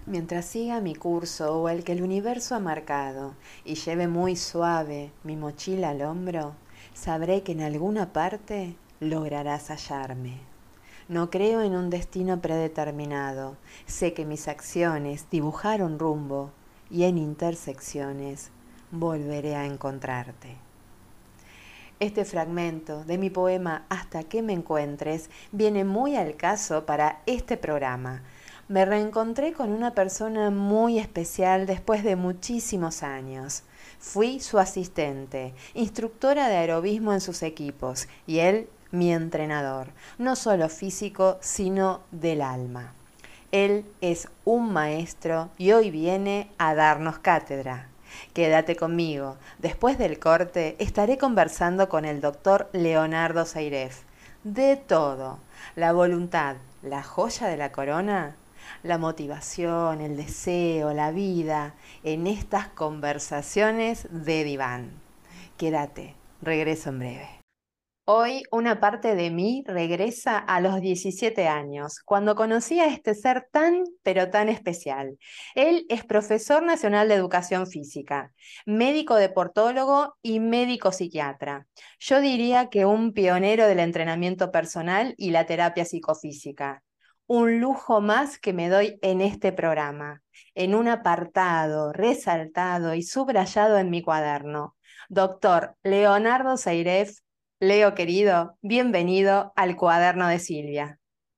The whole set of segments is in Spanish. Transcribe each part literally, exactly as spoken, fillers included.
Mientras siga mi curso o el que el universo ha marcado y lleve muy suave mi mochila al hombro, sabré que en alguna parte lograrás hallarme. No creo en un destino predeterminado, sé que mis acciones dibujaron rumbo y en intersecciones volveré a encontrarte. Este fragmento de mi poema Hasta que me encuentres viene muy al caso para este programa. Me reencontré con una persona muy especial después de muchísimos años. Fui su asistente, instructora de aerobismo en sus equipos y él mi entrenador, no solo físico, sino del alma. Él es un maestro y hoy viene a darnos cátedra. Quédate conmigo. Después del corte estaré conversando con el doctor Leonardo Seiref. De todo. La voluntad, la joya de la corona, la motivación, el deseo, la vida, en estas conversaciones de diván. Quédate. Regreso en breve. Hoy una parte de mí regresa a los diecisiete años, cuando conocí a este ser tan, pero tan especial. Él es profesor nacional de educación física, médico deportólogo y médico psiquiatra. Yo diría que un pionero del entrenamiento personal y la terapia psicofísica. Un lujo más que me doy en este programa, en un apartado, resaltado y subrayado en mi cuaderno. Doctor Leonardo Seiref. Leo querido, bienvenido al cuaderno de Silvia.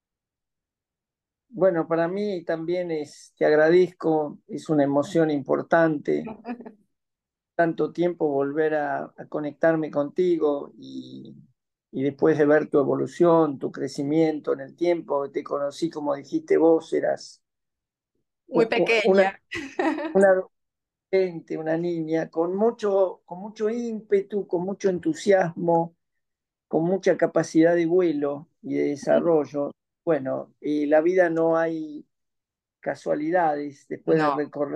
Bueno, para mí también es, te agradezco, es una emoción importante, tanto tiempo volver a, a conectarme contigo y, y después de ver tu evolución, tu crecimiento en el tiempo, te conocí, como dijiste vos, eras Muy u- u- una, pequeña. una adolescente, una niña, con mucho, con mucho ímpetu, con mucho entusiasmo, con mucha capacidad de vuelo y de desarrollo. Bueno, y la vida no hay casualidades, después de No, recorrer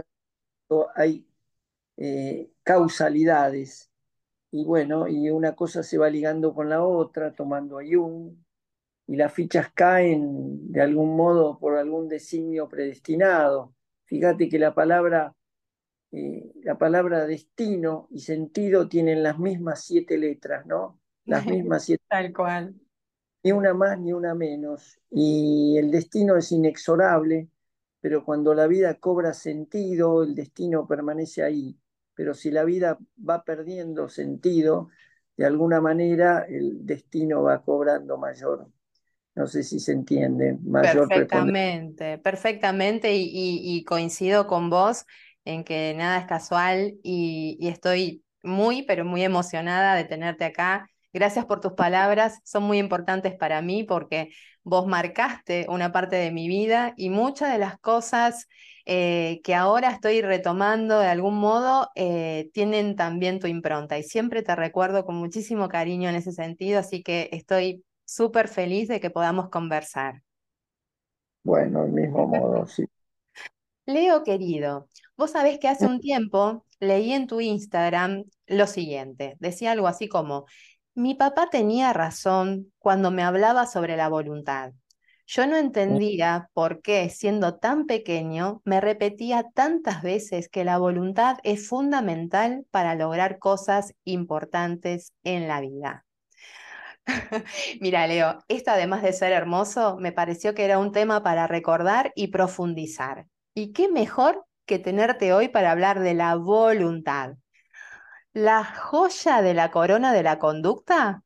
hay eh, causalidades. Y bueno, y una cosa se va ligando con la otra, tomando a Jung, y las fichas caen de algún modo por algún designio predestinado. Fíjate que la palabra, eh, la palabra destino y sentido tienen las mismas siete letras, ¿no? Las mismas siete, tal cual. ni una más ni una menos. Y el destino es inexorable, pero cuando la vida cobra sentido, el destino permanece ahí. Pero si la vida va perdiendo sentido, de alguna manera el destino va cobrando mayor, no sé si se entiende, mayor preponderancia. Perfectamente, perfectamente y, y- y coincido con vos en que nada es casual y, y estoy muy, pero muy emocionada de tenerte acá. Gracias por tus palabras, son muy importantes para mí porque vos marcaste una parte de mi vida y muchas de las cosas eh, que ahora estoy retomando de algún modo eh, tienen también tu impronta y siempre te recuerdo con muchísimo cariño en ese sentido, así que estoy súper feliz de que podamos conversar. Bueno, del mismo modo, sí. Leo querido, vos sabés que hace un tiempo leí en tu Instagram lo siguiente, decía algo así como, mi papá tenía razón cuando me hablaba sobre la voluntad. Yo no entendía por qué, siendo tan pequeño, me repetía tantas veces que la voluntad es fundamental para lograr cosas importantes en la vida. Mira, Leo, esto además de ser hermoso, me pareció que era un tema para recordar y profundizar. ¿Y qué mejor que tenerte hoy para hablar de la voluntad? ¿La joya de la corona de la conducta?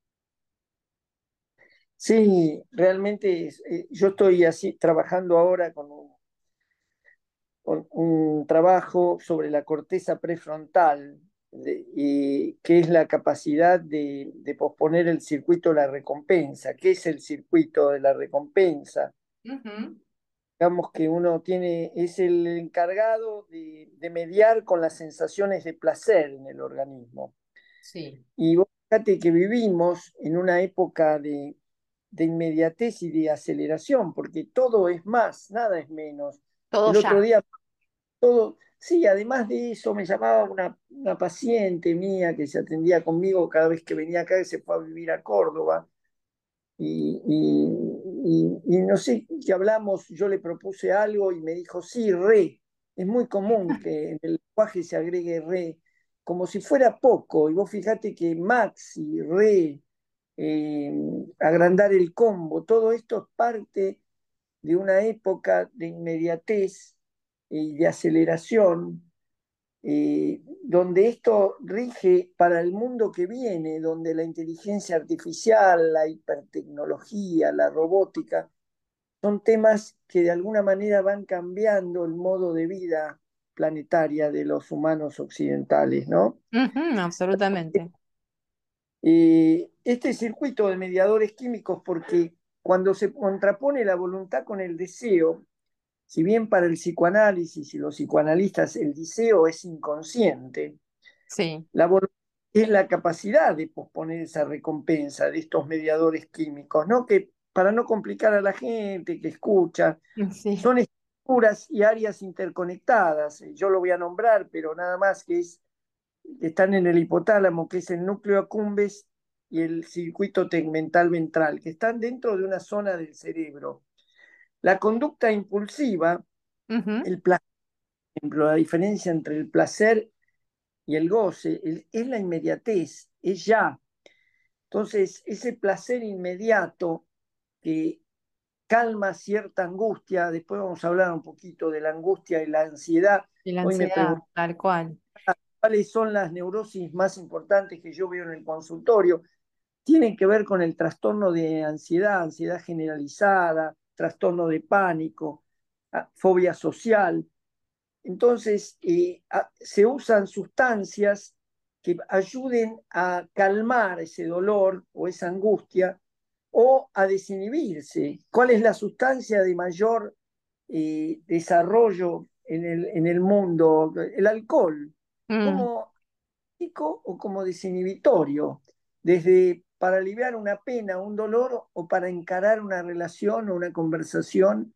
Sí, realmente es- eh, yo estoy así trabajando ahora con un, con un trabajo sobre la corteza prefrontal, de- y que es la capacidad de, de posponer el circuito de la recompensa. ¿Qué es el circuito de la recompensa? Ujú. Digamos que uno tiene, es el encargado de, de mediar con las sensaciones de placer en el organismo. Sí, Y vos fíjate que vivimos en una época de, de inmediatez y de aceleración, porque todo es más, nada es menos. todo El otro ya. día todo, sí, además de eso me llamaba una, una paciente mía que se atendía conmigo cada vez que venía acá, que se fue a vivir a Córdoba, y, y, y no sé qué hablamos, yo le propuse algo y me dijo, sí, re. Es muy común que en el lenguaje se agregue re, como si fuera poco. Y vos fíjate que maxi, re, eh, agrandar el combo, todo esto es parte de una época de inmediatez y de aceleración, eh, donde esto rige para el mundo que viene, donde la inteligencia artificial, la hipertecnología, la robótica, son temas que de alguna manera van cambiando el modo de vida planetaria de los humanos occidentales, ¿no? Ujú, absolutamente. Eh, este circuito de mediadores químicos, porque cuando se contrapone la voluntad con el deseo, si bien para el psicoanálisis y los psicoanalistas el deseo es inconsciente, Sí, la voluntad es la capacidad de posponer esa recompensa de estos mediadores químicos, ¿no? Que para no complicar a la gente que escucha, sí. son estructuras y áreas interconectadas. Yo lo voy a nombrar, pero nada más que es que están en el hipotálamo, que es el núcleo accumbens y el circuito tegmental ventral, que están dentro de una zona del cerebro. La conducta impulsiva, Ujú. el placer, por ejemplo, la diferencia entre el placer y el goce, el, es la inmediatez, es ya. Entonces, ese placer inmediato que calma cierta angustia, después vamos a hablar un poquito de la angustia y la ansiedad. Y la Hoy me ansiedad, pregunté tal cual. cuáles son las neurosis más importantes que yo veo en el consultorio. Tienen que ver con el trastorno de ansiedad, ansiedad generalizada, trastorno de pánico, fobia social. Entonces, eh, a, se usan sustancias que ayuden a calmar ese dolor o esa angustia o a desinhibirse. ¿Cuál es la sustancia de mayor eh, desarrollo en el, en el mundo? El alcohol. Mm, ¿Cómo o como desinhibitorio? Desde para aliviar una pena, un dolor o para encarar una relación o una conversación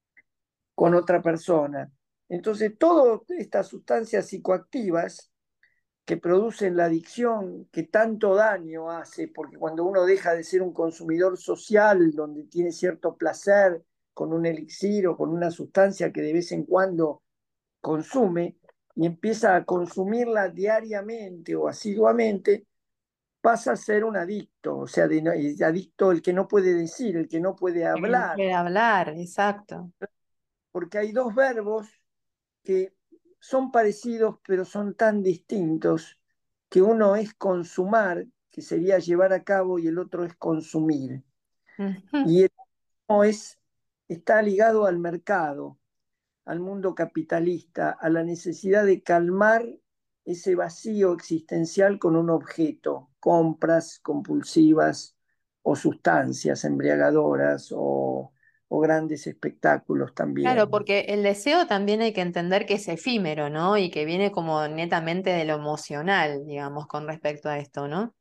con otra persona. Entonces, todas estas sustancias psicoactivas que producen la adicción, que tanto daño hace, porque cuando uno deja de ser un consumidor social, donde tiene cierto placer con un elixir o con una sustancia que de vez en cuando consume, y empieza a consumirla diariamente o asiduamente, pasa a ser un adicto, o sea, de, de adicto el que no puede decir, el que no puede que no hablar, puede hablar, exacto. porque hay dos verbos que son parecidos pero son tan distintos, que uno es consumar, que sería llevar a cabo, y el otro es consumir. Ujú. Y el uno es, está ligado al mercado, al mundo capitalista, a la necesidad de calmar ese vacío existencial con un objeto, compras compulsivas o sustancias embriagadoras o, o grandes espectáculos Claro, también. porque el deseo también hay que entender que es efímero, ¿no? Y que viene como netamente de lo emocional, digamos, con respecto a esto, ¿no?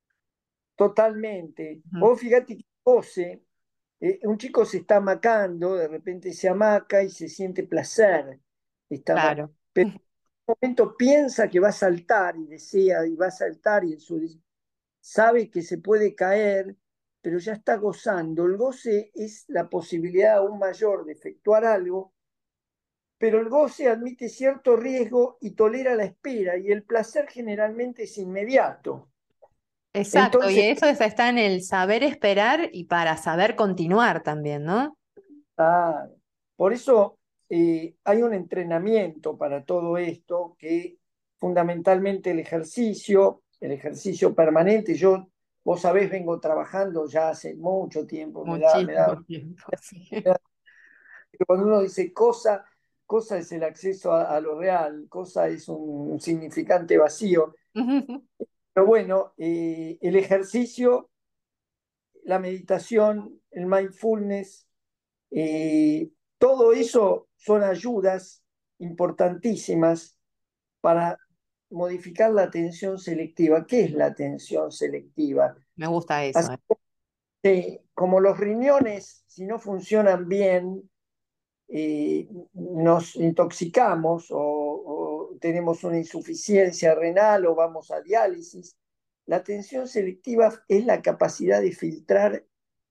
Totalmente. Ujú. Vos fíjate que José, eh, un chico se está amacando, de repente se amaca y se siente placer. Está ama- Claro. pero en un momento piensa que va a saltar y desea y va a saltar y en su sabe que se puede caer, pero ya está gozando. El goce es la posibilidad aún mayor de efectuar algo, pero el goce admite cierto riesgo y tolera la espera, y el placer generalmente es inmediato. Exacto, y Entonces, eso es- está en el saber esperar y para saber continuar también, ¿no? ah, por eso eh, hay un entrenamiento para todo esto, que fundamentalmente el ejercicio, el ejercicio permanente. Yo, vos sabés, vengo trabajando ya hace mucho tiempo, me da, me da Muchísimo tiempo, sí. cuando uno dice cosa, cosa es el acceso a, a lo real, cosa es un, un significante vacío. Pero bueno, eh, el ejercicio, la meditación, el mindfulness, eh, todo eso son ayudas importantísimas para modificar la atención selectiva. ¿Qué es la atención selectiva? Me gusta Así eso. eh. que, como los riñones, si no funcionan bien, eh, nos intoxicamos o, o, tenemos una insuficiencia renal o vamos a diálisis. La atención selectiva es la capacidad de filtrar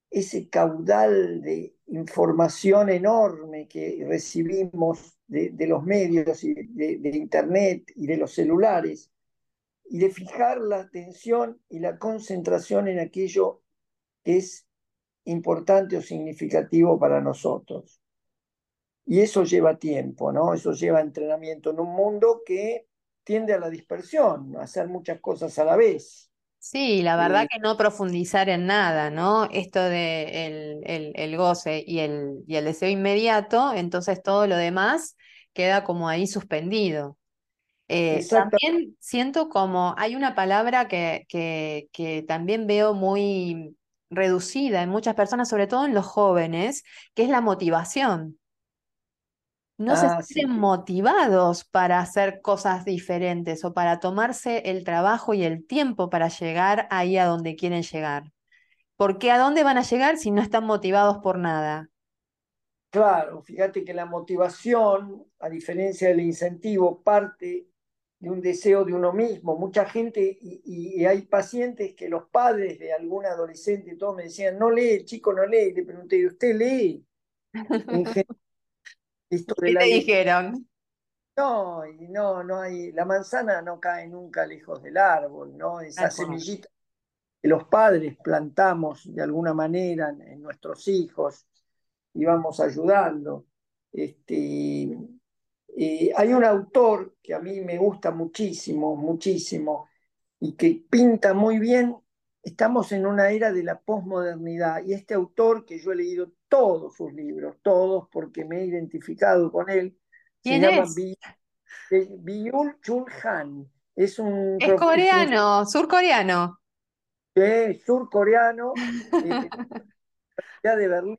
ese caudal de información enorme que recibimos de, de los medios y de, de Internet y de los celulares, y de fijar la atención y la concentración en aquello que es importante o significativo para nosotros. Y eso lleva tiempo, ¿no? Eso lleva entrenamiento en un mundo que tiende a la dispersión, a hacer muchas cosas a la vez. Sí, la verdad Eh, que no profundizar en nada, ¿no? Esto de el, el, el goce y el, y el deseo inmediato, entonces todo lo demás queda como ahí suspendido. Eh, exacta, también siento como hay una palabra que, que, que también veo muy reducida en muchas personas, sobre todo en los jóvenes, que es la motivación. No se ah, sí, sienten motivados para hacer cosas diferentes o para tomarse el trabajo y el tiempo para llegar ahí a donde quieren llegar. Porque ¿a dónde van a llegar si no están motivados por nada? claro, fíjate que la motivación, a diferencia del incentivo, parte de un deseo de uno mismo. Mucha gente, y, y hay pacientes que los padres de algún adolescente y todo me decían, no lee, el chico no lee. Y le pregunté, ¿y usted lee? En general, esto de ¿Qué la te lectura. dijeron? No, y no, no hay, la manzana no cae nunca lejos del árbol, ¿no? Esa Tal cual. semillita que los padres plantamos de alguna manera en, en nuestros hijos y vamos ayudando. Este, eh, hay un autor que a mí me gusta muchísimo, muchísimo, y que pinta muy bien. Estamos en una era de la posmodernidad y este autor, que yo he leído todos sus libros, todos porque me he identificado con él, se ¿Quién llama es? Bi- eh, Byung-Chul Han. Es un, Es es un coreano, surcoreano. eh, surcoreano eh, ya de Berlín.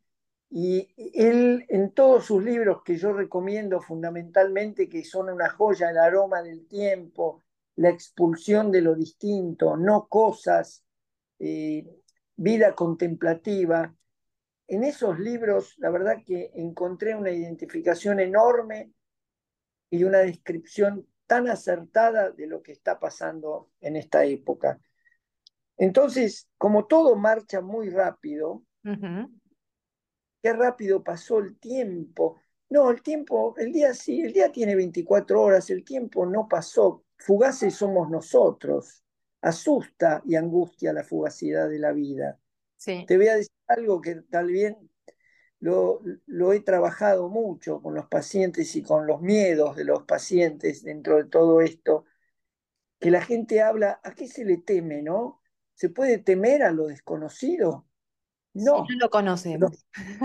Y él, en todos sus libros que yo recomiendo fundamentalmente, que son una joya, El aroma del tiempo, La expulsión de lo distinto, No cosas, eh, Vida contemplativa, en esos libros la verdad que encontré una identificación enorme y una descripción tan acertada de lo que está pasando en esta época. Entonces, como todo marcha muy rápido, Ujú. qué rápido pasó el tiempo. No, el tiempo, el día sí, el día tiene veinticuatro horas, el tiempo no pasó. Fugaces somos nosotros. Asusta y angustia la fugacidad de la vida. Sí. Te voy a decir algo que tal vez lo, lo he trabajado mucho con los pacientes y con los miedos de los pacientes dentro de todo esto, que la gente habla, ¿a qué se le teme, no? ¿Se puede temer a lo desconocido? Si no No. lo Pero conocemos.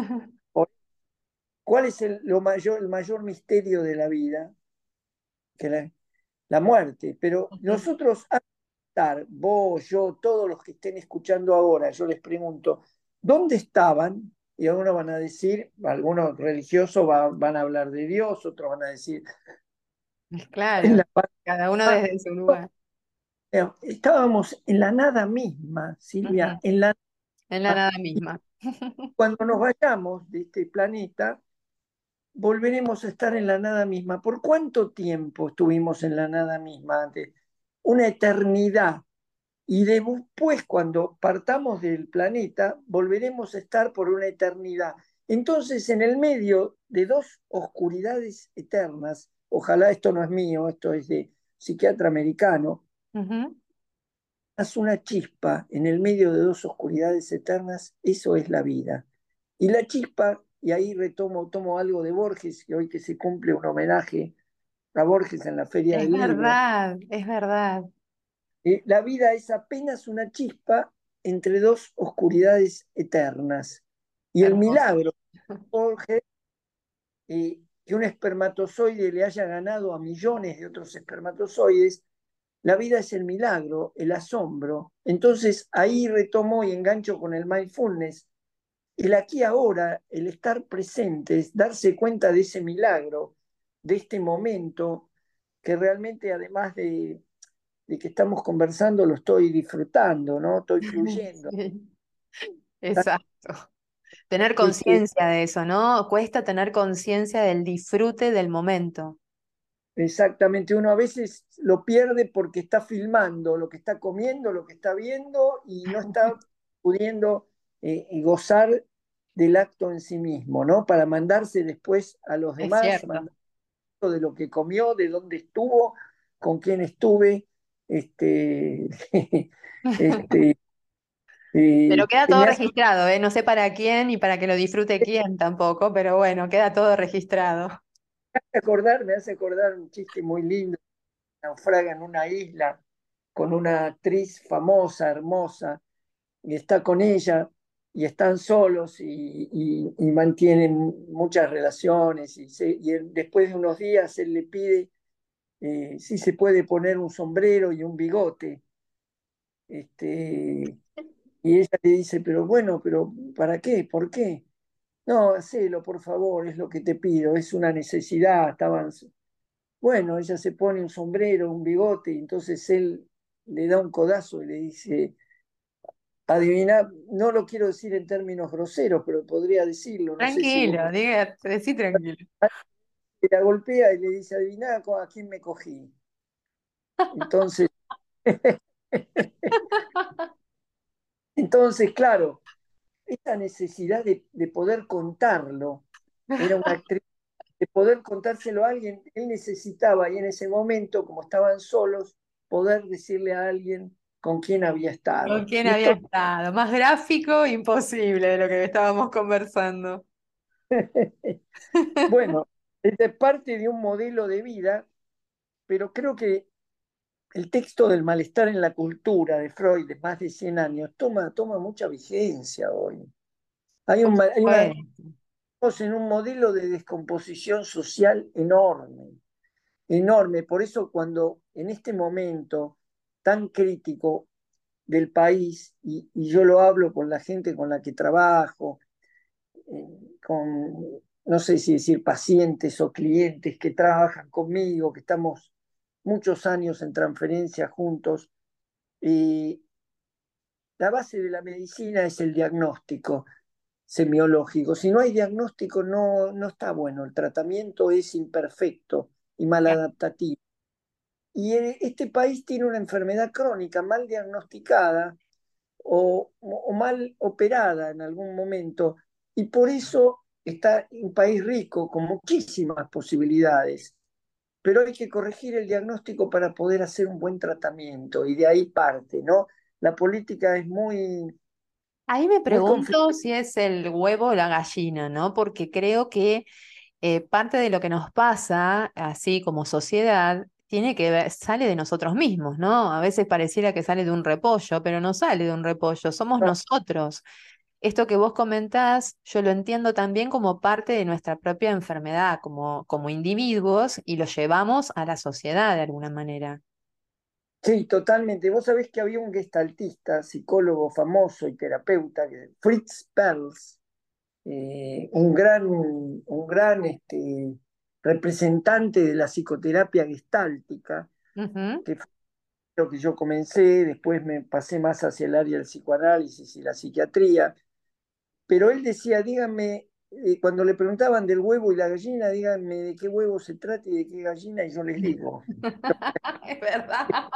¿cuál es el, lo mayor, el mayor misterio de la vida? Que la, la muerte. Pero Ujú. nosotros, al estar, vos, yo, todos los que estén escuchando ahora, yo les pregunto, ¿dónde estaban? Y algunos van a decir, algunos religiosos va, van a hablar de Dios, otros van a decir, en Claro, la parte cada uno más, desde su lugar. estábamos en la nada misma, Silvia, Ujú. en la En la nada. nada Y misma. cuando nos vayamos de este planeta, volveremos a estar en la nada misma. ¿Por cuánto tiempo estuvimos en la nada misma antes? Una eternidad. Y después, cuando partamos del planeta, volveremos a estar por una eternidad. Entonces, en el medio de dos oscuridades eternas, ojalá esto no es mío, esto es de psiquiatra americano, Ujú. haz una chispa en el medio de dos oscuridades eternas, eso es la vida. Y la chispa, y ahí retomo, tomo algo de Borges, que hoy que se cumple un homenaje a Borges en la Feria Es del Libro, verdad, es verdad. eh, la vida es apenas una chispa entre dos oscuridades eternas. Y el Hermoso. milagro, Borges, eh, que un espermatozoide le haya ganado a millones de otros espermatozoides, la vida es el milagro, el asombro. Entonces ahí retomo y engancho con el mindfulness. El aquí ahora, el estar presentes, darse cuenta de ese milagro, de este momento, que realmente además de, de que estamos conversando, lo estoy disfrutando, ¿no? Estoy fluyendo. Sí, exacto. Tener Así que conciencia de eso, ¿no? Cuesta tener conciencia del disfrute del momento. exactamente, uno a veces lo pierde porque está filmando lo que está comiendo, lo que está viendo y no está pudiendo eh, y gozar del acto en sí mismo, ¿no? Para mandarse después a los Es demás, cierto. mandar de lo que comió, de dónde estuvo, con quién estuve, este, este, Pero eh, queda que todo me hace registrado, ¿eh? No sé para quién y para que lo disfrute quién tampoco, pero bueno, queda todo registrado. acordar, me hace acordar un chiste muy lindo, naufraga en una isla con una actriz famosa, hermosa, y está con ella, y están solos y, y- y mantienen muchas relaciones, y, se- y él- después de unos días él le pide eh, si se puede poner un sombrero y un bigote. Este, y ella le dice, pero bueno, pero ¿para qué? ¿Por qué? No, hacelo, por favor, es lo que te pido, es una necesidad. Estaban... Bueno, ella se pone un sombrero, un bigote, y entonces él le da un codazo y le dice, adivina, no lo quiero decir en términos groseros, pero podría decirlo, no sé si vos Tranquilo, me... diga, decí tranquilo. Y la golpea y le dice, adivina a quién me cogí. Entonces, entonces, claro, esa necesidad de, de poder contarlo, era una actriz, de poder contárselo a alguien, él necesitaba, y en ese momento, como estaban solos, poder decirle a alguien con quién había ¿Con estado. quién Y había esto, estado? Más gráfico, imposible de lo que estábamos conversando. bueno, es parte de un modelo de vida, pero creo que el texto del malestar en la cultura de Freud de más de cien años toma, toma mucha vigencia hoy. Hay, Por un, hay una, supuesto. estamos en un modelo de descomposición social enorme, enorme. Por eso cuando en este momento tan crítico del país, y, y yo lo hablo con la gente con la que trabajo, eh, con, no sé si decir pacientes o clientes que trabajan conmigo, que estamos muchos años en transferencia juntos, y la base de la medicina es el diagnóstico semiológico. Si no hay diagnóstico, no, no está bueno. El tratamiento es imperfecto y maladaptativo. Y este país tiene una enfermedad crónica mal diagnosticada o, o mal operada en algún momento, y por eso está un país rico con muchísimas posibilidades, pero hay que corregir el diagnóstico para poder hacer un buen tratamiento, y de ahí parte, ¿no? La política es muy, Ahí me muy pregunto conflictiva. si es el huevo o la gallina, ¿no? Porque creo que eh, parte de lo que nos pasa, así como sociedad, tiene que ver, sale de nosotros mismos, ¿no? A veces pareciera que sale de un repollo, pero no sale de un repollo, somos nosotros. Esto que vos comentás, yo lo entiendo también como parte de nuestra propia enfermedad, como, como individuos, y lo llevamos a la sociedad de alguna manera. Sí, totalmente. Vos sabés que había un gestaltista, psicólogo famoso y terapeuta, Fritz Perls, eh, un gran, un gran este, representante de la psicoterapia gestáltica, Ujú. que fue lo que yo comencé, después me pasé más hacia el área del psicoanálisis y la psiquiatría, pero él decía, díganme, eh, cuando le preguntaban del huevo y la gallina, díganme de qué huevo se trata y de qué gallina, y yo les digo. Es verdad.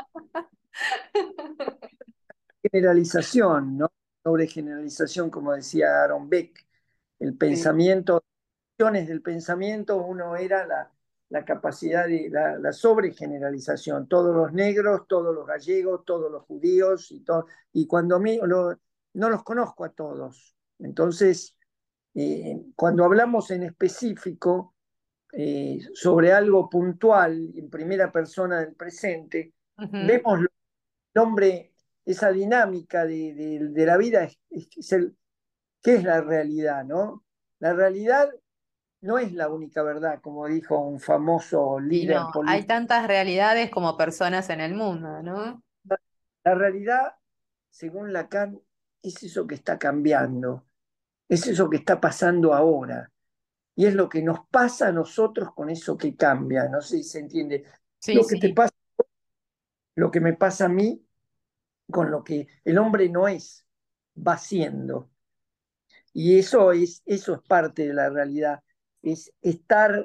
Generalización, ¿no? Sobre generalización, como decía Aaron Beck, el Sí. pensamiento, del pensamiento, uno era la, la capacidad de la, la sobregeneralización, todos los negros, todos los gallegos, todos los judíos, y, todo, y cuando a mí lo, no los conozco a todos. Entonces, eh, cuando hablamos en específico eh, sobre algo puntual, en primera persona del presente, Ujú. vemos el hombre, esa dinámica de, de, de la vida, es, es el, ¿qué es la realidad, no? La realidad no es la única verdad, como dijo un famoso Y líder no, hay político. tantas realidades como personas en el mundo, ¿no? La realidad, según Lacan, es eso que está cambiando, es eso que está pasando ahora, y es lo que nos pasa a nosotros con eso que cambia, no sé si se entiende. Sí, Lo que te sí. pasa, lo que me pasa a mí con lo que el hombre no es, va siendo. Y eso es, eso es parte de la realidad, es estar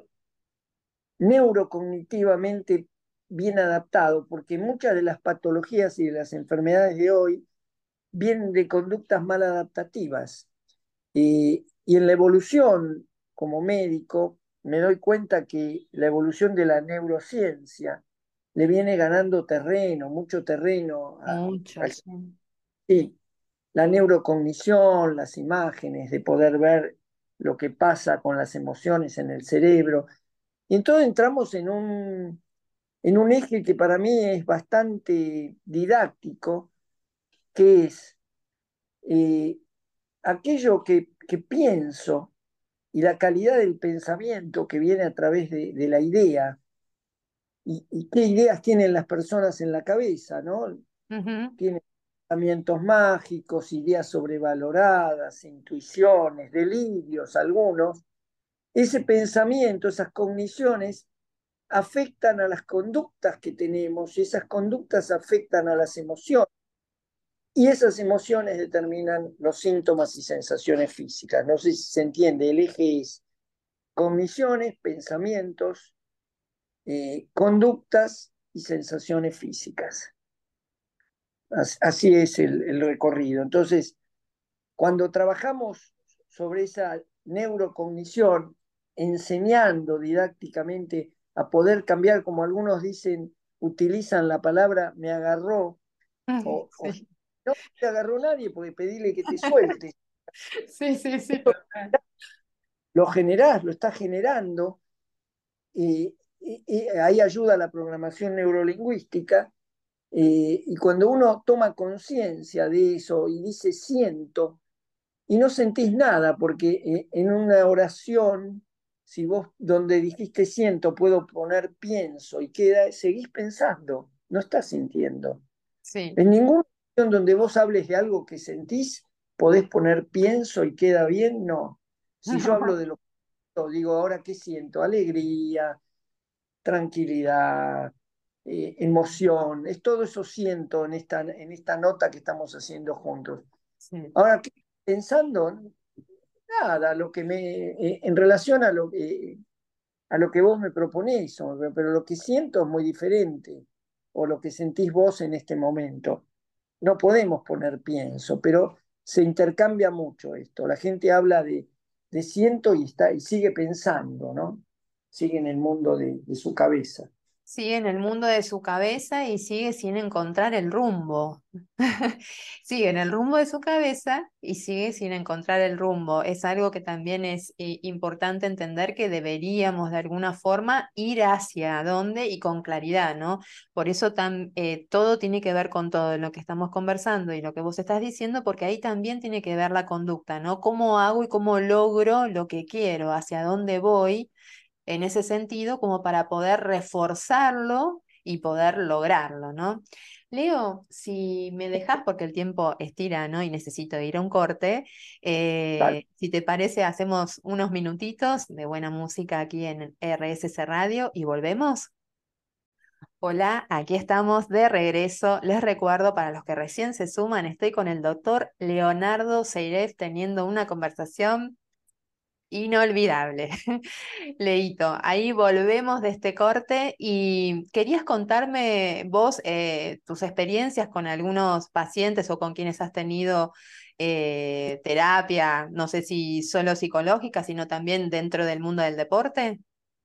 neurocognitivamente bien adaptado, porque muchas de las patologías y de las enfermedades de hoy vienen de conductas maladaptativas. Y, y en la evolución, como médico, me doy cuenta que la evolución de la neurociencia le viene ganando terreno, mucho terreno a, Mucho, al sí. sí, la neurocognición, las imágenes, de poder ver lo que pasa con las emociones en el cerebro. Y entonces entramos en un, en un eje que para mí es bastante didáctico, que es eh, aquello que, que pienso y la calidad del pensamiento que viene a través de, de la idea y, y, qué ideas tienen las personas en la cabeza, ¿no? Ujú. Tienen pensamientos mágicos, ideas sobrevaloradas, intuiciones, delirios, algunos. Ese pensamiento, esas cogniciones afectan a las conductas que tenemos y esas conductas afectan a las emociones y esas emociones determinan los síntomas y sensaciones físicas. No sé si se entiende, el eje es cogniciones, pensamientos, eh, conductas y sensaciones físicas. Así es el, el recorrido. Entonces, cuando trabajamos sobre esa neurocognición, enseñando didácticamente a poder cambiar, como algunos dicen, utilizan la palabra me agarró, o, o Sí, no te agarró nadie porque pedile que te suelte. sí, sí, sí, total. Lo generás, lo estás generando, y, y, y ahí ayuda la programación neurolingüística. Eh, y cuando uno toma conciencia de eso y dice siento, y no sentís nada, porque eh, en una oración, si vos donde dijiste siento, puedo poner pienso y queda, seguís pensando, no estás sintiendo. Sí. En ninguna oración donde vos hables de algo que sentís, podés poner pienso y queda bien, no. Si yo hablo de lo que digo, ahora qué siento, alegría, tranquilidad, eh, emoción, es todo eso siento en esta, en esta nota que estamos haciendo juntos. Sí. Ahora, ¿qué- pensando, nada, lo que me, eh, en relación a lo, que a lo que vos me proponés, o- pero lo que siento es muy diferente, o lo que sentís vos en este momento. No podemos poner pienso, pero se intercambia mucho esto. La gente habla de, de siento y, está, y sigue pensando, ¿no? Sigue en el mundo de, de su cabeza. Sigue en el mundo de su cabeza y sigue sin encontrar el rumbo. Sigue en el rumbo de su cabeza y sigue sin encontrar el rumbo. Es algo que también es eh, importante entender que deberíamos de alguna forma ir hacia dónde y con claridad, ¿no? Por eso tam- eh, todo tiene que ver con todo lo que estamos conversando y lo que vos estás diciendo, porque ahí también tiene que ver la conducta, ¿no? ¿Cómo hago y cómo logro lo que quiero? ¿Hacia dónde voy? En ese sentido, como para poder reforzarlo y poder lograrlo, ¿no? Leo, si me dejas, porque el tiempo estira, ¿no? Y necesito ir a un corte, Dale. eh, si te parece, hacemos unos minutitos de buena música aquí en R S C Radio y volvemos. Hola, aquí estamos de regreso. Les recuerdo, para los que recién se suman, estoy con el doctor Leonardo Seiref teniendo una conversación inolvidable. Leito, ahí volvemos de este corte y querías contarme vos eh, tus experiencias con algunos pacientes o con quienes has tenido eh, terapia, no sé si solo psicológica, sino también dentro del mundo del deporte.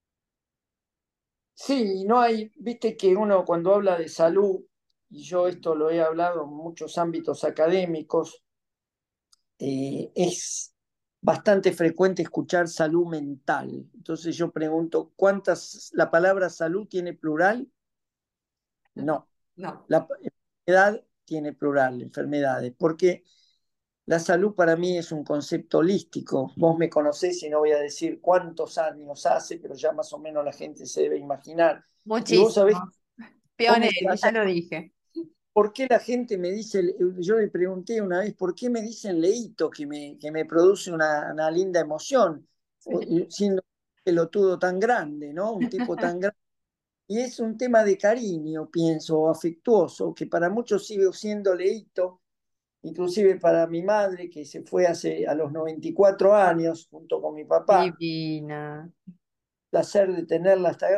Sí, no hay, viste que uno cuando habla de salud, y yo esto lo he hablado en muchos ámbitos académicos, eh, es bastante frecuente escuchar salud mental. Entonces yo pregunto, ¿cuántas, la palabra salud tiene plural? No. No. La enfermedad tiene plural, enfermedades, porque la salud para mí es un concepto holístico. Vos me conocés y no voy a decir cuántos años hace, pero ya más o menos la gente se debe imaginar. Y vos sabés, Muchísimo. vos me Pionero, seguís ya a- lo dije. ¿por qué la gente me dice, yo le pregunté una vez, ¿por qué me dicen leíto que me, que me produce una, una linda emoción? O- Sí. siendo un pelotudo tan grande, ¿no? Un tipo tan grande. Y es un tema de cariño, pienso, afectuoso, que para muchos sigue siendo leíto, inclusive para mi madre, que se fue hace a los noventa y cuatro años, junto con mi papá, Divina. placer de tenerla hasta ahora,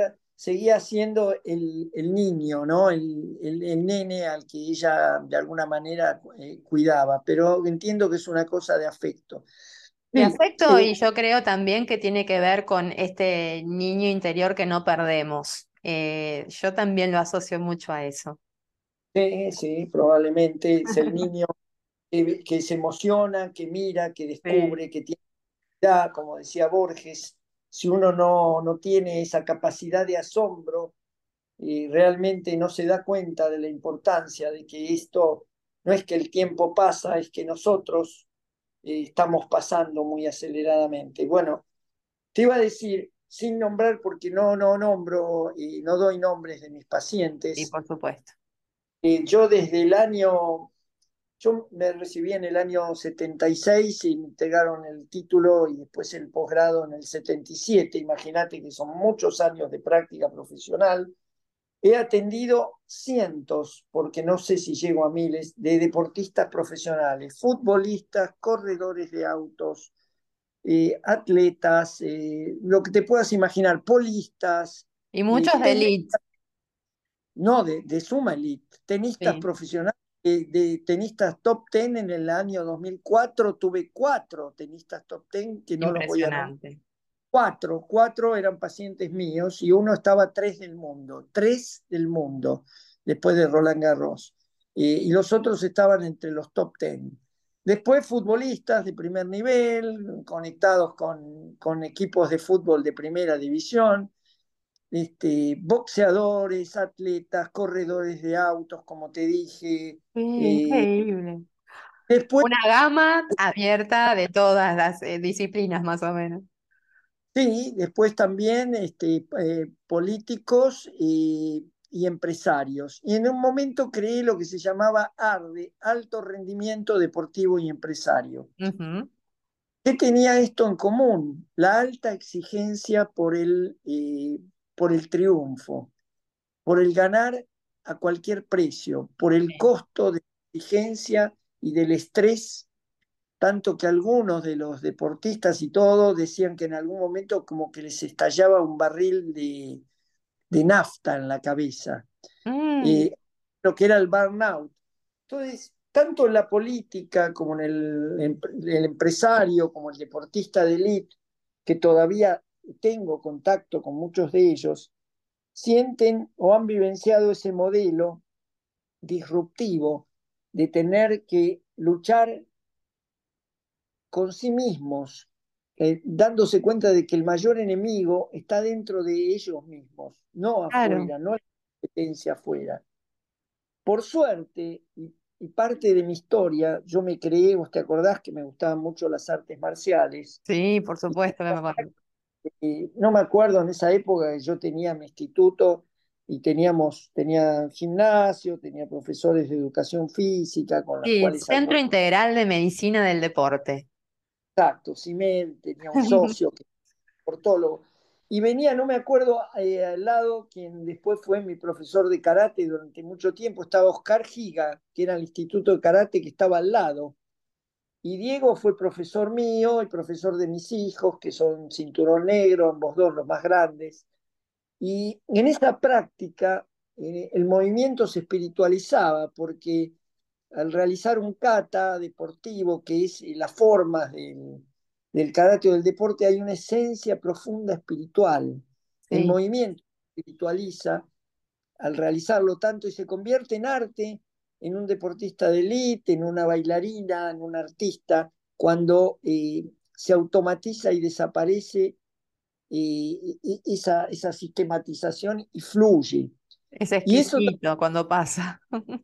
seguía siendo el, el niño, ¿no? El, el, el nene al que ella de alguna manera eh, cuidaba, pero entiendo que es una cosa de afecto. De Sí, afecto eh, y yo creo también que tiene que ver con este niño interior que no perdemos. Eh, yo también lo asocio mucho a eso. sí, sí, probablemente es el niño que, que se emociona, que mira, que Sí. descubre, que tiene edad, como decía Borges. Si uno no, no tiene esa capacidad de asombro y realmente no se da cuenta de la importancia de que esto no es que el tiempo pasa, es que nosotros eh, estamos pasando muy aceleradamente. Bueno, te iba a decir, sin nombrar, porque no, no nombro y no doy nombres de mis Y pacientes, por supuesto. eh, yo desde el año, yo me recibí en el año setenta y seis y me entregaron el título y después el posgrado en el setenta y siete. Imagínate que son muchos años de práctica profesional. He atendido cientos, porque no sé si llego a miles, de deportistas profesionales, futbolistas, corredores de autos, eh, atletas, eh, lo que te puedas imaginar, polistas, Y eh, muchos de tenistas, elite. no, de, de suma elite, tenistas Sí, profesionales, eh, de tenistas top ten en el año dos mil cuatro, tuve cuatro tenistas top ten que no los voy a nombrar. impresionante. Cuatro, cuatro eran pacientes míos y uno estaba tres del mundo, tres del mundo, después de Roland Garros. Eh, y los otros estaban entre los top ten. Después futbolistas de primer nivel, conectados con, con equipos de fútbol de primera división, este, boxeadores, atletas, corredores de autos, como te dije. Sí, Eh, increíble. después Una gama abierta de todas las eh, disciplinas, más o menos. Sí, después también este, eh, políticos y, y empresarios. Y en un momento creé lo que se llamaba ARDE, Alto Rendimiento Deportivo y Empresario. Ujú. ¿Qué tenía esto en común? La alta exigencia por el, eh, por el triunfo, por el ganar a cualquier precio, por el Sí. costo de la exigencia y del estrés, tanto que algunos de los deportistas y todo decían que en algún momento como que les estallaba un barril de, de nafta en la cabeza, Mm, eh, lo que era el burnout. Entonces, tanto en la política como en el, en el empresario, como el deportista de élite, que todavía tengo contacto con muchos de ellos, sienten o han vivenciado ese modelo disruptivo de tener que luchar con sí mismos, eh, dándose cuenta de que el mayor enemigo está dentro de ellos mismos, no claro. afuera, no hay competencia afuera. Por suerte, y, y parte de mi historia, yo me creé, vos te acordás que me gustaban mucho las artes marciales, Sí, por y supuesto que me acuerdo. eh, no me acuerdo en esa época que yo tenía mi instituto y teníamos, tenía gimnasio, tenía profesores de educación física con los Sí, cuales Centro algunos, Integral de Medicina del Deporte. exacto, Simel, tenía un socio que ortólogo. Y venía, no me acuerdo, eh, al lado, quien después fue mi profesor de karate durante mucho tiempo, estaba Oscar Giga, que era el instituto de karate que estaba al lado. Y Diego fue profesor mío y profesor de mis hijos, que son cinturón negro, ambos dos los más grandes. Y en esta práctica, eh, el movimiento se espiritualizaba porque al realizar un kata deportivo, que es eh, las formas del, del karate o del deporte, hay una esencia profunda espiritual. El Sí, movimiento se espiritualiza al realizarlo tanto y se convierte en arte, en un deportista de élite, en una bailarina, en un artista, cuando eh, se automatiza y desaparece eh, esa, esa sistematización y fluye. es Y eso exquisito cuando pasa.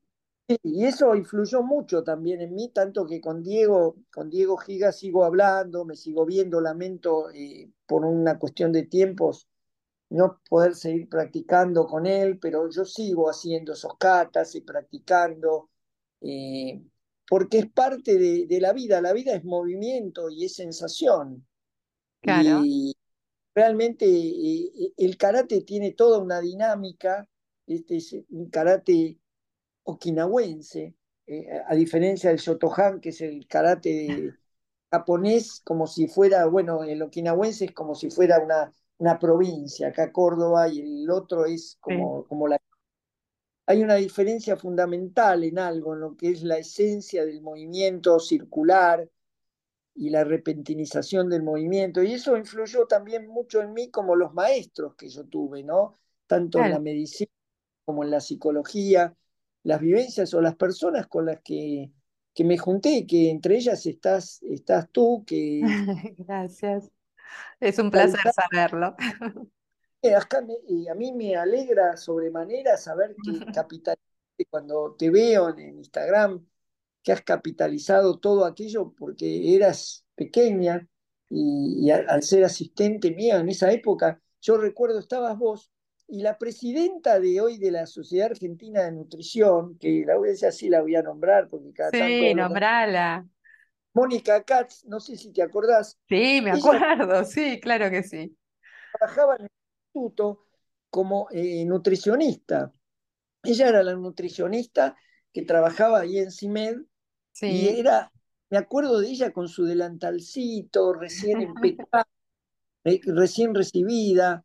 Y eso influyó mucho también en mí, tanto que con Diego, con Diego Giga sigo hablando, me sigo viendo, lamento eh, por una cuestión de tiempos no poder seguir practicando con él, pero yo sigo haciendo esos catas y practicando, eh, porque es parte de, de la vida, la vida es movimiento y es sensación. Claro, Y realmente eh, el karate tiene toda una dinámica, este es un karate okinawense, eh, a diferencia del Shotohan, que es el karate japonés, como si fuera, bueno, el okinawense es como si fuera una, una provincia, acá Córdoba, y el otro es Sí. como, como la... Hay una diferencia fundamental en algo, en lo que es la esencia del movimiento circular y la repentinización del movimiento. Y eso influyó también mucho en mí como los maestros que yo tuve, ¿no? Tanto en la Claro. medicina como en la psicología, las vivencias o las personas con las que, que me junté, que entre ellas estás, estás tú, que Gracias. Es un placer calidad. saberlo. Eh, acá me- eh, a mí me alegra sobremanera saber que capitalizaste cuando te veo en, en Instagram, que has capitalizado todo aquello porque eras pequeña y, y al, al ser asistente mía en esa época, yo recuerdo estabas vos y la presidenta de hoy de la Sociedad Argentina de Nutrición, que la voy a decir así, la voy a nombrar porque cada tanto Sí, hablo con nombrala. Mónica Katz, no sé si te acordás, Sí, me ella acuerdo, sí, claro que sí. trabajaba en el instituto como eh, nutricionista. Ella era la nutricionista que trabajaba ahí en CIMED y Sí. era, me acuerdo de ella con su delantalcito, recién impecable, eh, recién recibida,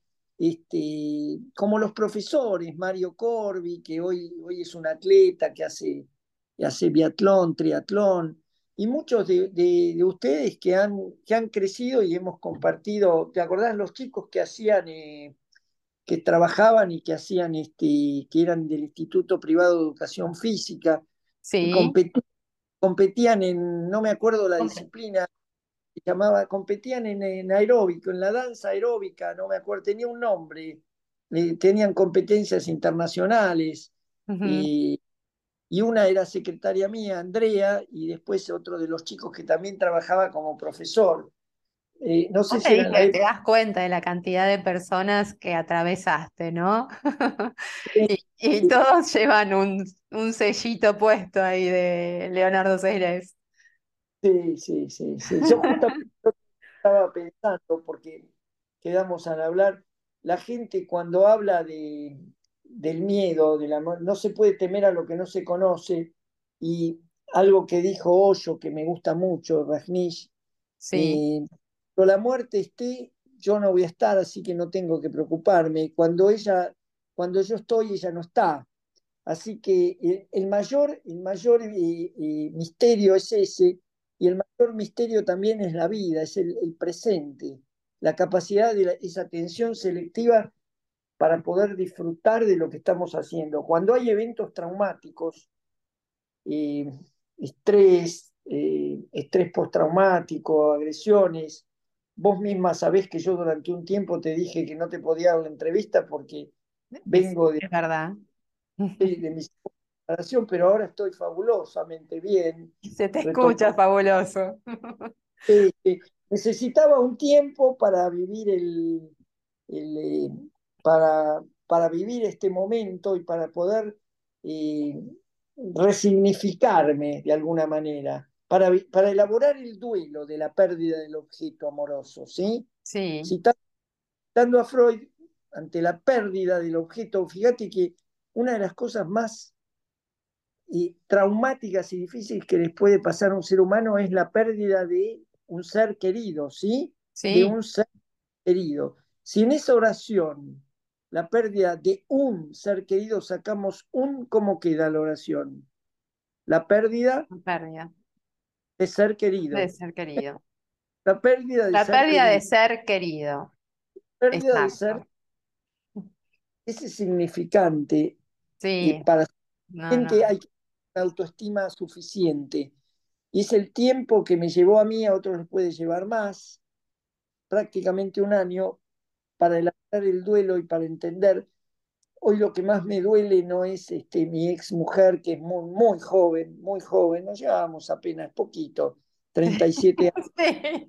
este, como los profesores, Mario Corbi, que hoy, hoy es un atleta que hace, que hace biatlón, triatlón, y muchos de, de, de ustedes que han, que han crecido y hemos compartido, ¿te acordás los chicos que hacían... Eh, que trabajaban y que hacían, este, que eran del Instituto Privado de Educación Física, y Sí. competi- competían en, no me acuerdo la Ok. disciplina, se llamaba, competían en, en aeróbico, en la danza aeróbica, no me acuerdo, tenía un nombre, eh, tenían competencias internacionales, Ujú. eh, y una era secretaria mía, Andrea, y después otro de los chicos que también trabajaba como profesor. Eh, no Vos sé te si era en la dije, te época. das cuenta de la cantidad de personas que atravesaste, ¿no? Y, y todos llevan un, un sellito puesto ahí de Leonardo Seirés. Sí, sí, sí, sí. Yo justamente estaba pensando, porque quedamos al hablar, la gente cuando habla de, del miedo, de la, mu- no se puede temer a lo que no se conoce, y algo que dijo Osho, que me gusta mucho, Rajneesh, Sí, eh, cuando la muerte esté, yo no voy a estar, así que no tengo que preocuparme. Cuando ella, cuando yo estoy, ella no está. Así que el, el mayor, el mayor eh, eh, misterio es ese, y el mayor misterio también es la vida, es el, el presente, la capacidad de la- esa atención selectiva para poder disfrutar de lo que estamos haciendo. Cuando hay eventos traumáticos, eh, estrés, eh, estrés postraumático, agresiones, vos misma sabés que yo durante un tiempo te dije que no te podía dar la entrevista porque es, vengo de es verdad. de mi separación, pero ahora estoy fabulosamente bien. Se te Retomé, escucha fabuloso. eh, necesitaba un tiempo para vivir el, el, eh, para, para vivir este momento y para poder eh, resignificarme de alguna manera, para, vi- para elaborar el duelo de la pérdida del objeto amoroso, ¿sí? Sí, Citando a Freud, ante la pérdida del objeto, fíjate que una de las cosas más y traumáticas y difíciles que les puede pasar a un ser humano es la pérdida de un ser querido, ¿sí? De sí, un ser querido. Si en esa oración, la pérdida de un ser querido, sacamos un, ¿cómo queda la oración? La pérdida pérdida de ser de querido. ser querido. La pérdida de La ser pérdida de querido. ser querido. Pérdida de ser Exacto. ese significante y Sí, para no, gente no. hay una autoestima suficiente. Y es el tiempo que me llevó a mí, a otros les puede llevar más, prácticamente un año, para elaborar el duelo y para entender. Hoy lo que más me duele no es este, mi ex mujer, que es muy, muy joven, muy joven, nos llevábamos apenas poquito, treinta y siete años. Sí.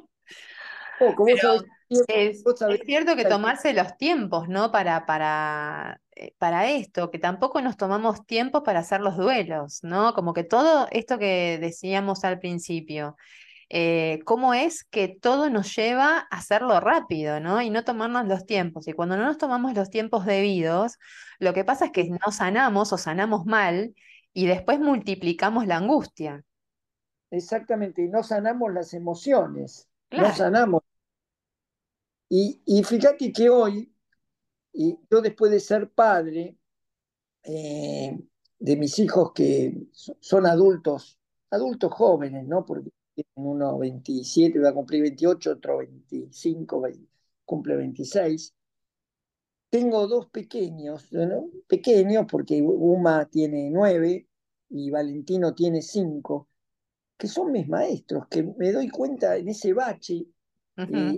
Poco, vos sabés, Es, vos sabés, es cierto que tomarse los tiempos, ¿no? Para, para, eh, para esto, que tampoco nos tomamos tiempo para hacer los duelos, ¿no? Como que todo esto que decíamos al principio, eh, cómo es que todo nos lleva a hacerlo rápido, ¿no? Y no tomarnos los tiempos. Y cuando no nos tomamos los tiempos debidos, lo que pasa es que no sanamos o sanamos mal y después multiplicamos la angustia. exactamente, y no sanamos las emociones, no Claro. sanamos. Y, y fíjate que hoy, y yo después de ser padre, eh, de mis hijos que so- son adultos, adultos jóvenes, ¿no? Porque tienen uno veintisiete, va a cumplir veintiocho, otro veinticinco, veinte, cumple veintiséis. Tengo dos pequeños, ¿no? Pequeños porque Uma tiene nueve y Valentino tiene cinco, que son mis maestros, que me doy cuenta en ese bache, Ujú. eh,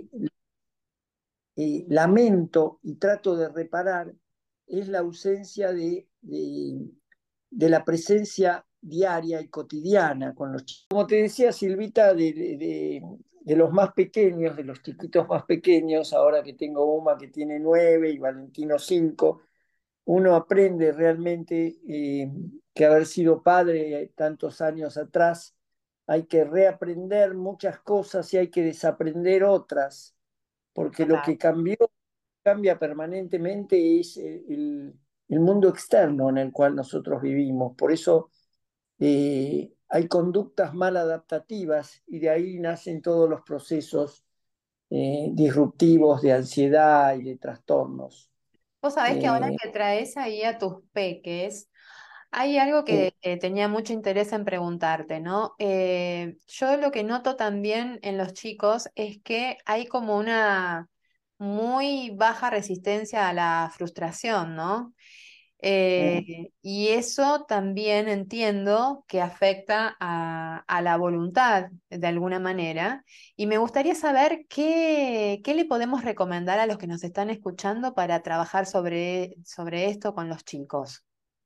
eh, lamento y trato de reparar, es la ausencia de, de, de la presencia diaria y cotidiana con los chicos. Como te decía, Silvita, de, de, de los más pequeños, de los chiquitos más pequeños, ahora que tengo Uma que tiene nueve y Valentino cinco, uno aprende realmente eh, que haber sido padre tantos años atrás, hay que reaprender muchas cosas y hay que desaprender otras, porque lo Total. que cambió, cambia permanentemente es el, el mundo externo en el cual nosotros vivimos. Por eso eh, hay conductas mal adaptativas y de ahí nacen todos los procesos eh, disruptivos de ansiedad y de trastornos. Vos sabés que ahora Eh, que traes ahí a tus peques, hay algo sí, que eh, tenía mucho interés en preguntarte, ¿no? Eh, yo lo que noto también en los chicos es que hay como una muy baja resistencia a la frustración, ¿no? sí. Eh, y eso también entiendo que afecta a, a la voluntad de alguna manera. Y me gustaría saber qué, qué le podemos recomendar a los que nos están escuchando para trabajar sobre, sobre esto con los chicos.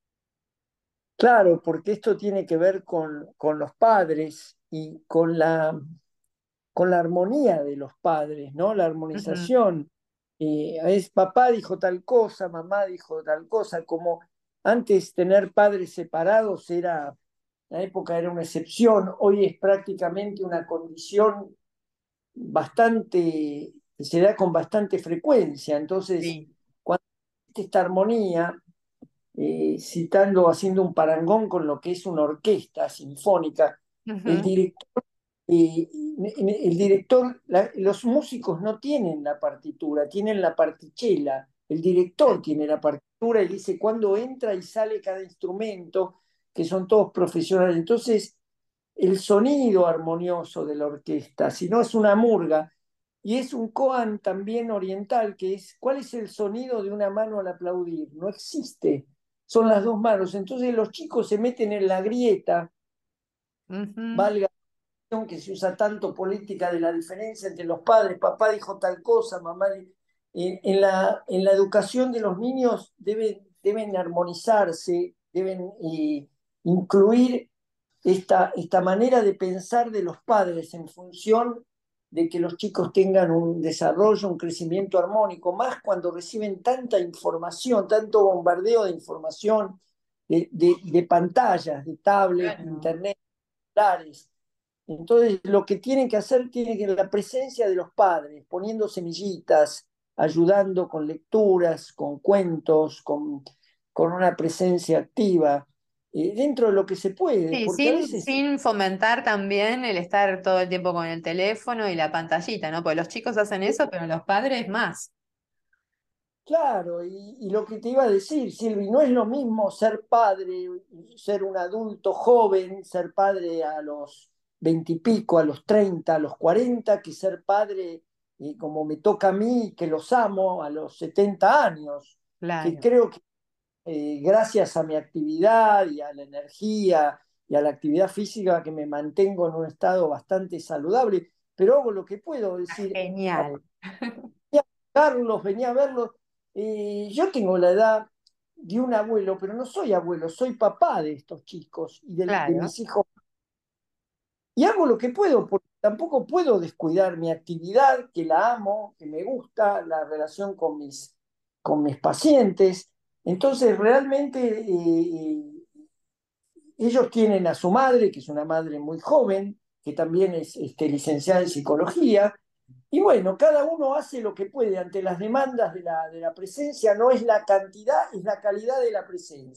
Claro, porque esto tiene que ver con, con los padres y con la, con la armonía de los padres, ¿no? La Ujú. armonización. Eh, es papá dijo tal cosa, mamá dijo tal cosa, como antes tener padres separados era, la época era una excepción, hoy es prácticamente una condición bastante, que se da con bastante frecuencia. Entonces, Sí. cuando existe esta armonía, eh, citando, haciendo un parangón con lo que es una orquesta sinfónica, el Ujú. director, eh, el director la, los músicos no tienen la partitura, tienen la partichela, el director tiene la partitura y dice cuándo entra y sale cada instrumento, que son todos profesionales. Entonces, el sonido armonioso de la orquesta, si no es una murga, y es un koan también oriental, que es, ¿cuál es el sonido de una mano al aplaudir? No existe, son las dos manos. Entonces los chicos se meten en la grieta, Ujú. valga que se usa tanto política de la diferencia entre los padres, papá dijo tal cosa, mamá. En, en la, en la educación de los niños deben, deben armonizarse, deben eh, incluir esta, esta manera de pensar de los padres en función de que los chicos tengan un desarrollo, un crecimiento armónico, más cuando reciben tanta información, tanto bombardeo de información, de, de, de pantallas, de tablets, de Claro. internet, celulares. Entonces, lo que tienen que hacer tiene que la presencia de los padres, poniendo semillitas, ayudando con lecturas, con cuentos, con, con una presencia activa, eh, dentro de lo que se puede, Sí, porque a sin, veces, sin fomentar también el estar todo el tiempo con el teléfono y la pantallita, ¿no? Porque los chicos hacen eso, pero los padres más. claro, y, y lo que te iba a decir, Silvi, no es lo mismo ser padre, ser un adulto joven, ser padre a los veintipico, a los treinta, a los cuarenta, que ser padre, eh, como me toca a mí, que los amo, a los setenta años, que Claro. creo que eh, gracias a mi actividad y a la energía y a la actividad física que me mantengo en un estado bastante saludable, pero hago lo que puedo, decir, Genial. Carlos, venía a verlos. Eh, yo tengo la edad de un abuelo, pero no soy abuelo, soy papá de estos chicos y de, de Claro. mis hijos. Y hago lo que puedo, porque tampoco puedo descuidar mi actividad, que la amo, que me gusta, la relación con mis, con mis pacientes. Entonces, realmente eh, ellos tienen a su madre, que es una madre muy joven, que también es este, licenciada en psicología, y bueno, cada uno hace lo que puede ante las demandas de la, de la presencia, no es la cantidad, es la calidad de la presencia.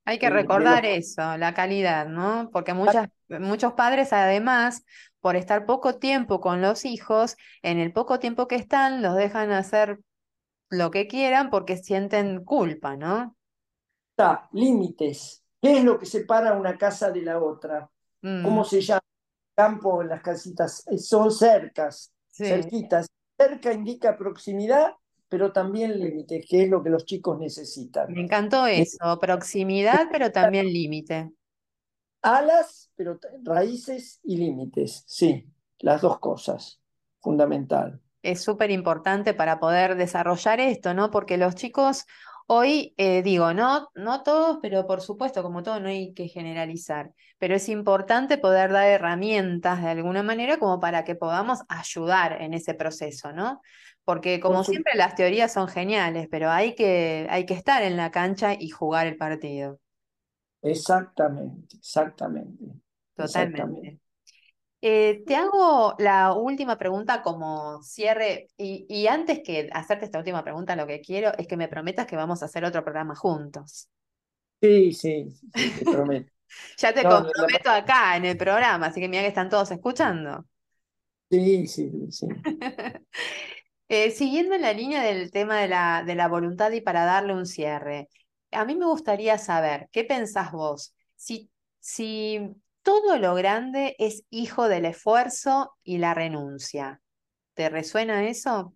Hay que eh, de los... recordar eso, la calidad, ¿no? Porque muchas, muchos padres, además, por estar poco tiempo con los hijos, en el poco tiempo que están, los dejan hacer lo que quieran porque sienten culpa, ¿no? Está, límites. ¿Qué es lo que separa una casa de la otra? Mm, ¿Cómo se llama? Campo en las casitas. Eh, Son cercas, sí, cerquitas. Cerca indica proximidad, pero también límites, que es lo que los chicos necesitan. me encantó eso, proximidad, pero Necesitan también límite. alas, pero t- raíces y límites. Sí, las dos cosas. Fundamental. Es súper importante para poder desarrollar esto, ¿no? Porque los chicos hoy, eh, digo, no, no todos, pero por supuesto, como todo, no hay que generalizar, pero es importante poder dar herramientas de alguna manera como para que podamos ayudar en ese proceso, ¿no? Porque Por como su... siempre las teorías son geniales, pero hay que, hay que estar en la cancha y jugar el partido, Exactamente, exactamente, exactamente. totalmente. Eh, te hago la última pregunta como cierre y, y antes que hacerte esta última pregunta, lo que quiero es que me prometas que vamos a hacer otro programa juntos. Sí, sí, sí, sí, te prometo. Ya te No, no, la- comprometo acá en el programa, así que mira que están todos escuchando. sí, sí, sí. Eh, siguiendo en la línea del tema de la, de la voluntad y para darle un cierre, a mí me gustaría saber, ¿qué pensás vos? Si, si todo lo grande es hijo del esfuerzo y la renuncia, ¿te resuena eso?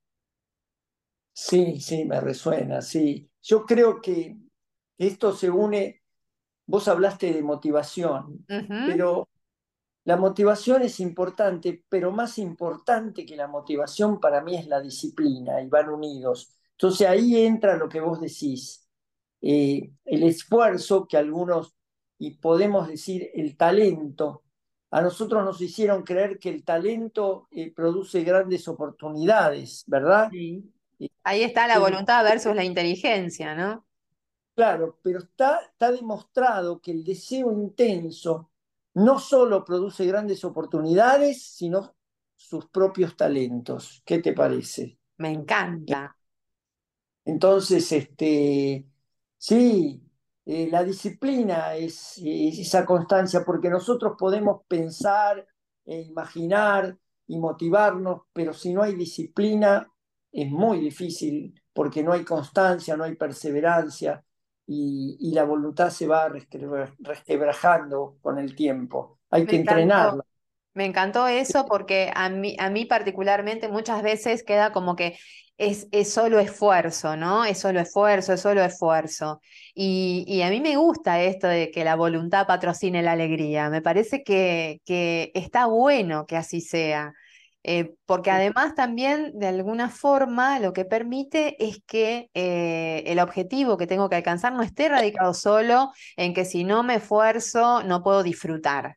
Sí, sí, me resuena, sí. Yo creo que esto se une, vos hablaste de motivación, Ujú. pero la motivación es importante, pero más importante que la motivación para mí es la disciplina y van unidos. Entonces ahí entra lo que vos decís, eh, el esfuerzo que algunos, y podemos decir el talento. A nosotros nos hicieron creer que el talento eh, produce grandes oportunidades, ¿verdad? Sí. Eh, Ahí está la que voluntad versus la inteligencia, ¿no? Claro, pero está, está demostrado que el deseo intenso no solo produce grandes oportunidades, sino sus propios talentos. ¿Qué te parece? Me encanta. Entonces, este, sí, eh, la disciplina es, es esa constancia, porque nosotros podemos pensar e imaginar y motivarnos, pero si no hay disciplina es muy difícil, porque no hay constancia, no hay perseverancia y, y la voluntad se va resquebra- resquebrajando con el tiempo. Hay Me que encantó. entrenarla. Me encantó eso porque a mí, a mí particularmente muchas veces queda como que es, es solo esfuerzo, ¿no? Es solo esfuerzo, es solo esfuerzo. Y, y a mí me gusta esto de que la voluntad patrocine la alegría. Me parece que, que está bueno que así sea. Eh, porque además también de alguna forma lo que permite es que eh, el objetivo que tengo que alcanzar no esté radicado solo en que si no me esfuerzo no puedo disfrutar.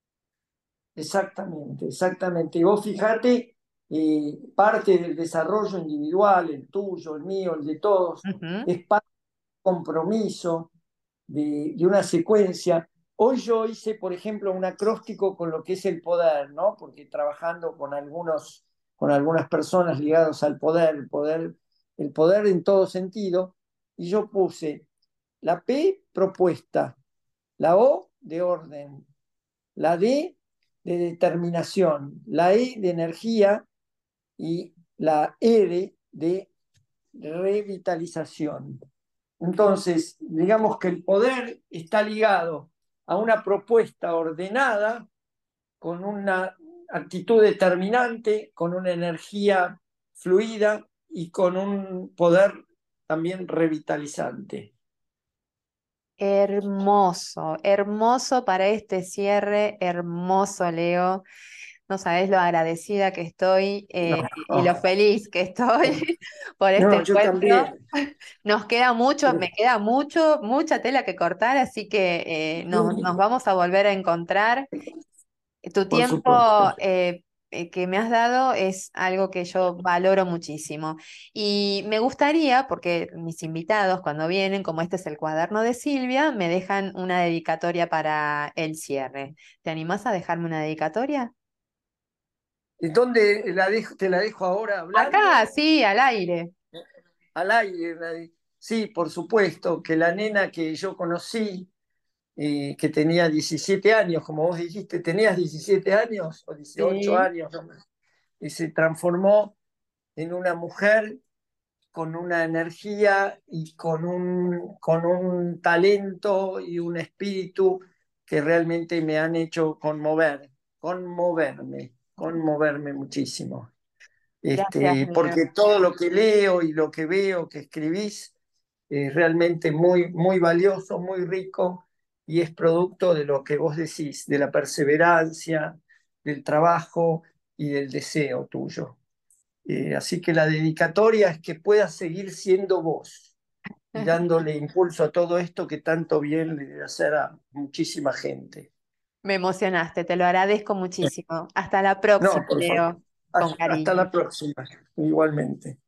Exactamente, exactamente. Y vos fijate, eh, parte del desarrollo individual, el tuyo, el mío, el de todos, Ujú. es parte del compromiso de, de una secuencia. Hoy yo hice, por ejemplo, un acróstico con lo que es el poder, ¿no? Porque trabajando con algunos, con algunas personas ligadas al poder, el poder, el poder en todo sentido, y yo puse la P, propuesta, la O de orden, la D de determinación, la E de energía y la R de revitalización. Entonces, digamos que el poder está ligado a una propuesta ordenada, con una actitud determinante, con una energía fluida y con un poder también revitalizante. Hermoso, hermoso para este cierre, hermoso, Leo. No sabes lo agradecida que estoy No, eh, y lo no, feliz que estoy por este no, yo encuentro. también. Nos queda mucho, me queda mucho, mucha tela que cortar, así que eh, nos, nos Sí, vamos a volver a encontrar. Tu por tiempo supuesto. eh, eh, que me has dado es algo que yo valoro muchísimo. Y me gustaría, porque mis invitados cuando vienen, como este es el cuaderno de Silvia, me dejan una dedicatoria para el cierre. ¿Te animás a dejarme una dedicatoria? ¿Dónde la dejo, te la dejo ahora Acá, hablando? sí, al aire. Al aire. sí, por supuesto, que la nena que yo conocí, eh, que tenía diecisiete años, como vos dijiste, ¿tenías diecisiete años o dieciocho Sí. años? No, y se transformó en una mujer con una energía y con un, con un talento y un espíritu que realmente me han hecho conmover, conmoverme, conmoverme muchísimo. Gracias, Este, Leo. porque todo lo que leo y lo que veo que escribís es realmente muy, muy valioso, muy rico y es producto de lo que vos decís, de la perseverancia, del trabajo y del deseo tuyo. Eh, así que la dedicatoria es que puedas seguir siendo vos y dándole impulso a todo esto que tanto bien le debe hacer a muchísima gente. Me emocionaste, te lo agradezco muchísimo. Hasta la No, próxima, por favor. Leo, con Hasta cariño. la próxima, igualmente.